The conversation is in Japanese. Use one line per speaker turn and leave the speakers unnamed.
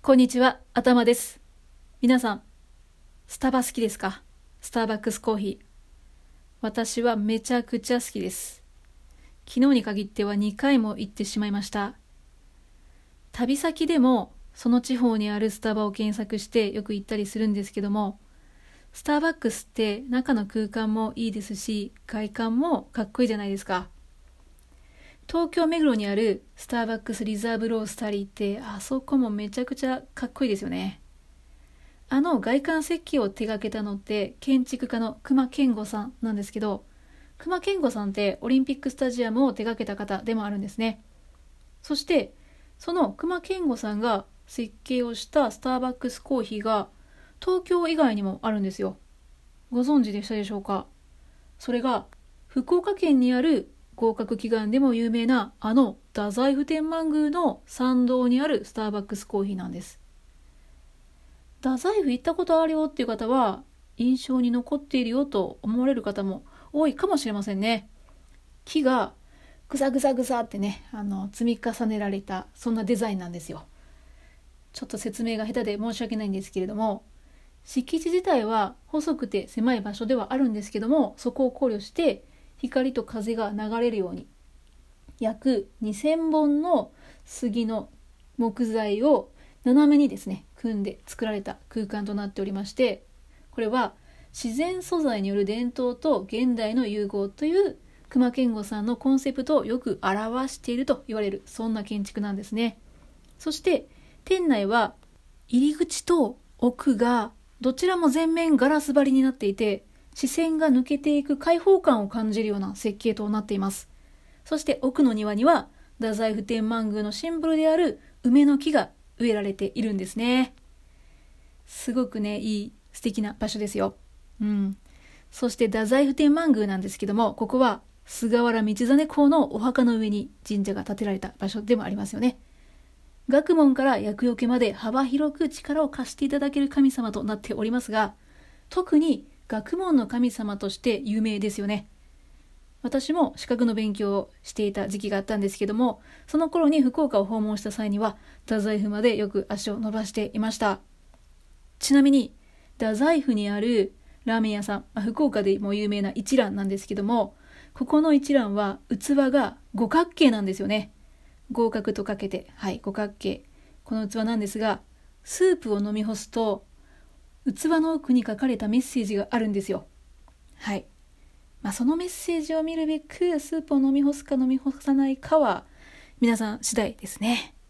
こんにちは、頭です。皆さん、スタバ好きですか？スターバックスコーヒー。私はめちゃくちゃ好きです。昨日に限っては2回も行ってしまいました。旅先でもその地方にあるスタバを検索してよく行ったりするんですけども、スターバックスって中の空間もいいですし、外観もかっこいいじゃないですか。東京目黒にあるスターバックスリザーブロースタリーって、あそこもめちゃくちゃかっこいいですよね。外観設計を手掛けたのって建築家の隈研吾さんなんですけど、隈研吾さんってオリンピックスタジアムを手掛けた方でもあるんですね。そしてその隈研吾さんが設計をしたスターバックスコーヒーが東京以外にもあるんですよ。ご存知でしたでしょうか？それが福岡県にある合格祈願でも有名な太宰府天満宮の参道にあるスターバックスコーヒーなんです。太宰府行ったことあるよっていう方は印象に残っているよと思われる方も多いかもしれませんね。木がぐさぐさぐさってね、積み重ねられたそんなデザインなんですよ。ちょっと説明が下手で申し訳ないんですけれども、敷地自体は細くて狭い場所ではあるんですけども、そこを考慮して光と風が流れるように約2000本の杉の木材を斜めにですね組んで作られた空間となっておりまして、これは自然素材による伝統と現代の融合という隈研吾さんのコンセプトをよく表していると言われる、そんな建築なんですね。そして店内は入り口と奥がどちらも全面ガラス張りになっていて、視線が抜けていく開放感を感じるような設計となっています。そして奥の庭には太宰府天満宮のシンボルである梅の木が植えられているんですね。すごくね、いい素敵な場所ですよ。そして太宰府天満宮なんですけども、ここは菅原道真公のお墓の上に神社が建てられた場所でもありますよね。学問から厄除けまで幅広く力を貸していただける神様となっておりますが、特に学問の神様として有名ですよね。私も資格の勉強をしていた時期があったんですけども、その頃に福岡を訪問した際には太宰府までよく足を伸ばしていました。ちなみに太宰府にあるラーメン屋さん、福岡でも有名な一蘭なんですけども、ここの一蘭は器が五角形なんですよね。合格とかけて、五角形。この器なんですが、スープを飲み干すと器の奥に書かれたメッセージがあるんですよ。そのメッセージを見るべくスープを飲み干すか飲み干さないかは皆さん次第ですね。